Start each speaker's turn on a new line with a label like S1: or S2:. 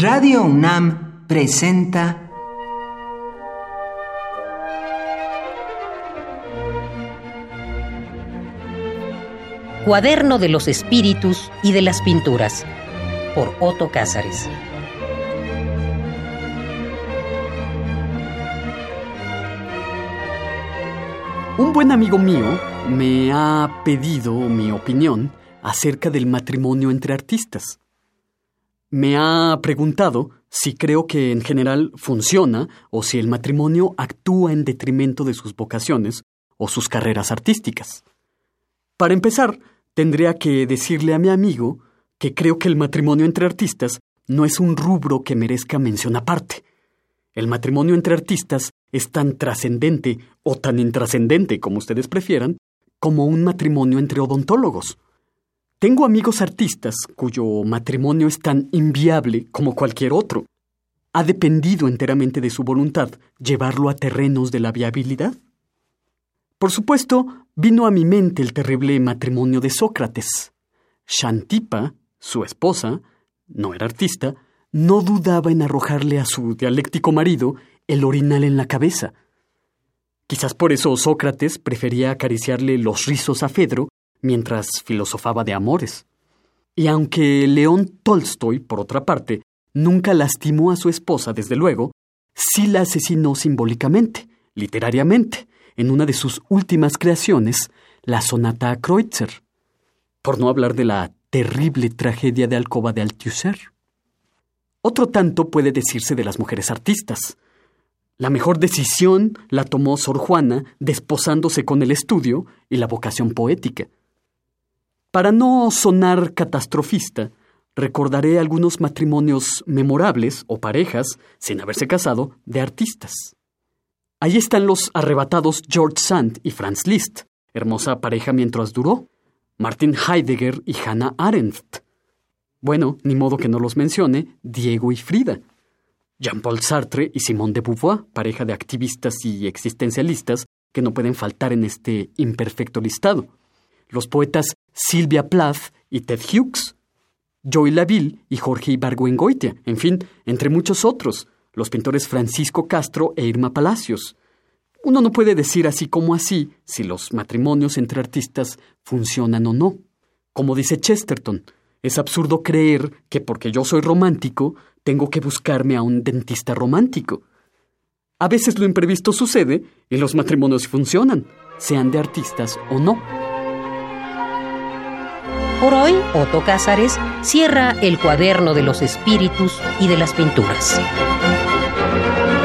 S1: Radio UNAM presenta
S2: Cuaderno de los Espíritus y de las Pinturas, por Otto Cázares.
S3: Un buen amigo mío me ha pedido mi opinión acerca del matrimonio entre artistas. Me ha preguntado si creo que en general funciona o si el matrimonio actúa en detrimento de sus vocaciones o sus carreras artísticas. Para empezar, tendría que decirle a mi amigo que creo que el matrimonio entre artistas no es un rubro que merezca mención aparte. El matrimonio entre artistas es tan trascendente o tan intrascendente, como ustedes prefieran, como un matrimonio entre odontólogos. Tengo amigos artistas cuyo matrimonio es tan inviable como cualquier otro. ¿Ha dependido enteramente de su voluntad llevarlo a terrenos de la viabilidad? Por supuesto, vino a mi mente el terrible matrimonio de Sócrates. Xantipa, su esposa, no era artista, no dudaba en arrojarle a su dialéctico marido el orinal en la cabeza. Quizás por eso Sócrates prefería acariciarle los rizos a Fedro mientras filosofaba de amores. Y aunque León Tolstoy, por otra parte, nunca lastimó a su esposa, desde luego, sí la asesinó simbólicamente, literariamente, en una de sus últimas creaciones, la sonata a Kreutzer, por no hablar de la terrible tragedia de Alcoba de Althusser. Otro tanto puede decirse de las mujeres artistas. La mejor decisión la tomó Sor Juana desposándose con el estudio y la vocación poética. Para no sonar catastrofista, recordaré algunos matrimonios memorables o parejas, sin haberse casado, de artistas. Ahí están los arrebatados George Sand y Franz Liszt, hermosa pareja mientras duró, Martin Heidegger y Hannah Arendt. Bueno, ni modo que no los mencione, Diego y Frida. Jean-Paul Sartre y Simone de Beauvoir, pareja de activistas y existencialistas que no pueden faltar en este imperfecto listado. Los poetas Sylvia Plath y Ted Hughes. Joy Laville y Jorge Ibargüengoitia, en fin, entre muchos otros. Los pintores Francisco Castro e Irma Palacios. Uno no puede decir así como así si los matrimonios entre artistas funcionan o no. Como dice Chesterton, es absurdo creer que porque yo soy romántico, tengo que buscarme a un dentista romántico. A veces lo imprevisto sucede y los matrimonios funcionan, sean de artistas o no.
S2: Por hoy, Otto Cázares cierra el Cuaderno de los Espíritus y de las Pinturas.